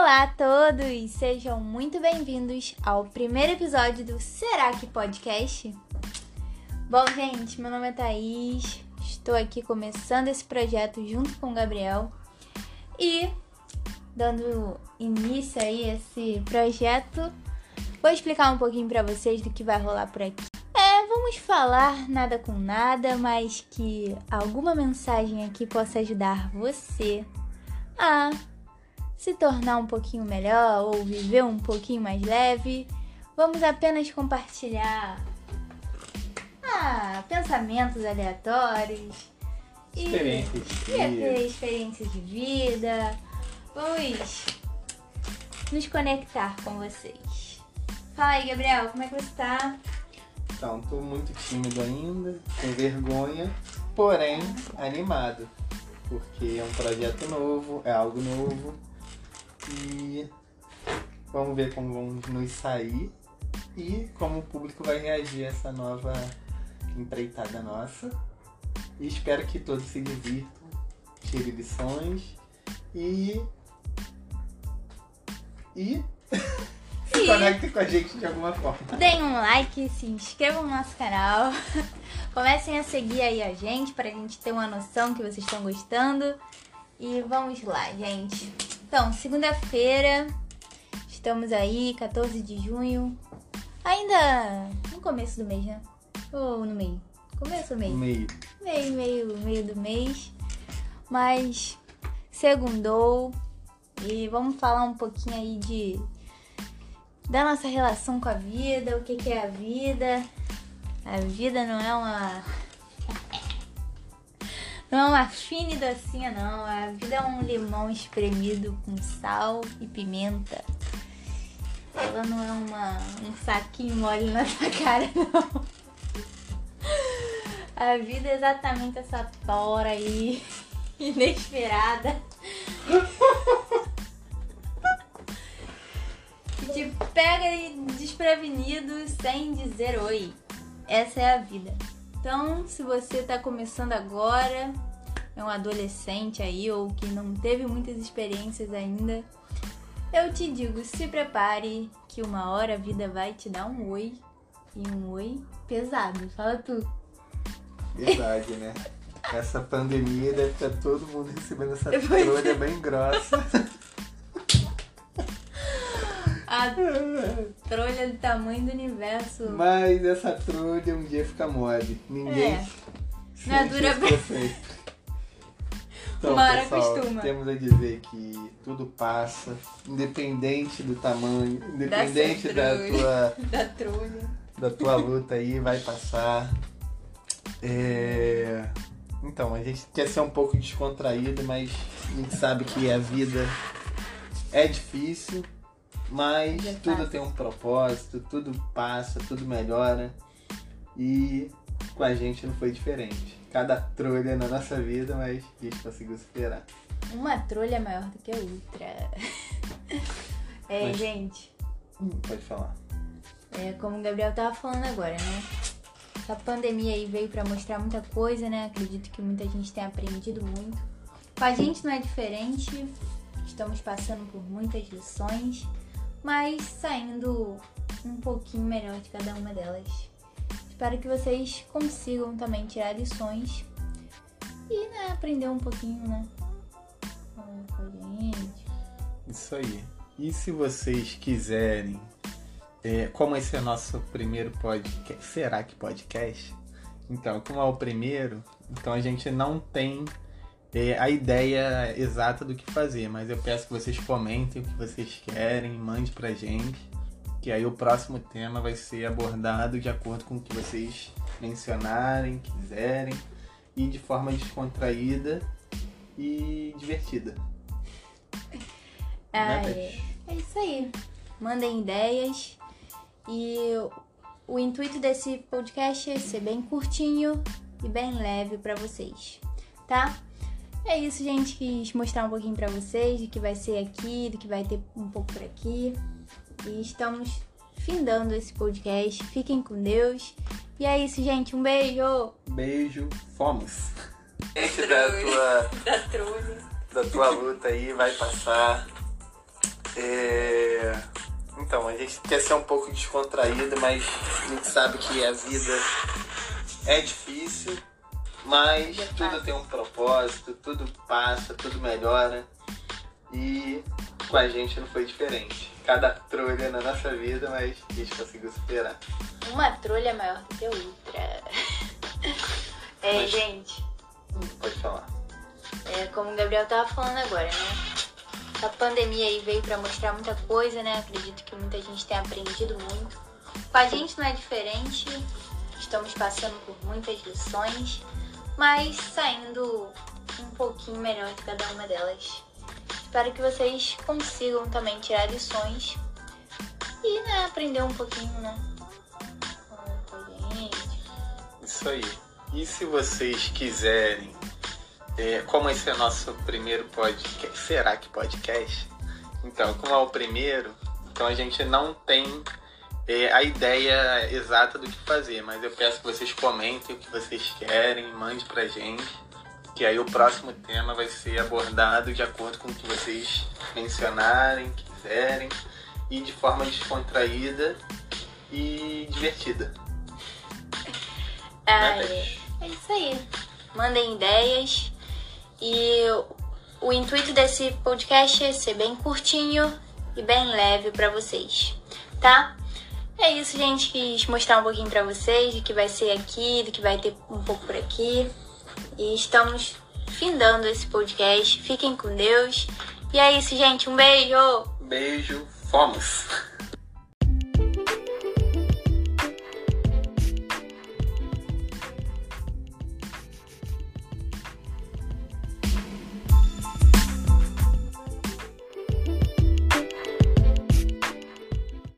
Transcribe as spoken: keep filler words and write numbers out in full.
Olá a todos! Sejam muito bem-vindos ao primeiro episódio do Será Que Podcast? Bom, gente, meu nome é Thaís, estou aqui começando esse projeto junto com o Gabriel e dando início aí a esse projeto, vou explicar um pouquinho para vocês do que vai rolar por aqui. É, vamos falar nada com nada, mas que alguma mensagem aqui possa ajudar você a se tornar um pouquinho melhor ou viver um pouquinho mais leve. Vamos apenas compartilhar ah, pensamentos aleatórios experiências e, e experiências de vida. Vamos nos conectar com vocês. Fala aí, Gabriel, como é que você tá? Então, tô muito tímido ainda, com vergonha, porém animado, porque é um projeto novo, é algo novo e vamos ver como vamos nos sair e como o público vai reagir a essa nova empreitada nossa. E espero que todos se divirtam, tirem lições e... e... se conectem com a gente de alguma forma. Deem um like, se inscrevam no nosso canal. Comecem a seguir aí a gente pra gente ter uma noção que vocês estão gostando. E vamos lá, gente. Então, segunda-feira, estamos aí, quatorze de junho. Ainda no começo do mês, né? Ou no meio? Começo do mês? Meio. Meio, meio, meio do mês. Mas segundou. E vamos falar um pouquinho aí de... da nossa relação com a vida, o que, que é a vida. A vida não é uma... não é uma fine docinha, não. A vida é um limão espremido com sal e pimenta. Ela não é uma, um saquinho mole na sua cara, não. A vida é exatamente essa tora aí, inesperada. Que te pega desprevenido sem dizer oi. Essa é a vida. Então, se você tá começando agora, é um adolescente aí ou que não teve muitas experiências ainda, eu te digo, se prepare que uma hora a vida vai te dar um oi. E um oi pesado. Fala tu. Verdade, né? Essa pandemia deve estar todo mundo recebendo essa trolha bem grossa. A trolha do tamanho do universo. Mas essa trolha um dia fica mole. Ninguém É. Não é dura pra sempre. Então, Uma hora pessoal, acostuma. temos a dizer que tudo passa, independente do tamanho, independente da tua, Da trolha. da tua luta aí, vai passar. É... Então, a gente quer ser um pouco descontraído, mas a gente sabe que a vida é difícil. Mas Já tudo passa. tem um propósito, tudo passa, tudo melhora. E com a gente não foi diferente. Cada trolha na nossa vida, mas a gente conseguiu superar. Uma trolha é maior do que a outra. É, Mas- gente. Hum, pode falar. É, como o Gabriel tava falando agora, né? Essa pandemia aí veio pra mostrar muita coisa, né? Acredito que muita gente tem aprendido muito. Com a gente não é diferente. Estamos passando por muitas lições, mas saindo um pouquinho melhor de cada uma delas. Espero que vocês consigam também tirar lições e, né, aprender um pouquinho, né? Com com a gente. Isso aí. E se vocês quiserem, é, como esse é o nosso primeiro podcast, será que podcast? Então, como é o primeiro, então a gente não tem é, a ideia exata do que fazer, mas eu peço que vocês comentem o que vocês querem, mande pra gente, que aí o próximo tema vai ser abordado de acordo com o que vocês mencionarem, quiserem, e de forma descontraída e divertida. Ah, Né, é, Thaís? é isso aí. Mandem ideias. E o intuito desse podcast é ser bem curtinho e bem leve pra vocês, tá? É isso, gente. Quis mostrar um pouquinho pra vocês do que vai ser aqui, do que vai ter um pouco por aqui. E estamos findando esse podcast. Fiquem com Deus. E é isso, gente. Um beijo! Beijo, fomos! Da tua... da trolha. Da tua luta aí vai passar. É... Então, a gente quer ser um pouco descontraído, mas a gente sabe que a vida é difícil, mas tudo tem um propósito, tudo passa, tudo melhora. E com a gente não foi diferente. Cada trolha na nossa vida, mas a gente conseguiu superar. Uma trolha é maior do que a outra. É, mas... gente. Pode falar. É, como o Gabriel tava falando agora, né? A pandemia aí veio pra mostrar muita coisa, né? Acredito que muita gente tenha aprendido muito. Com a gente não é diferente. Estamos passando por muitas lições, mas saindo um pouquinho melhor de cada uma delas. Espero que vocês consigam também tirar lições e, né, aprender um pouquinho, né? Com a gente. Isso aí. E se vocês quiserem, é, como esse é nosso primeiro podcast, será que podcast? Então, como é o primeiro, então a gente não tem é, a ideia exata do que fazer, mas eu peço que vocês comentem o que vocês querem, mande pra gente, que aí o próximo tema vai ser abordado de acordo com o que vocês mencionarem, quiserem, e de forma descontraída e divertida. Ah, é, é isso aí. Mandem ideias. E o intuito desse podcast é ser bem curtinho e bem leve pra vocês, tá? É isso, gente. Quis mostrar um pouquinho pra vocês do que vai ser aqui, do que vai ter um pouco por aqui. E estamos findando esse podcast. Fiquem com Deus. E é isso, gente. Um beijo! Beijo. Fomos!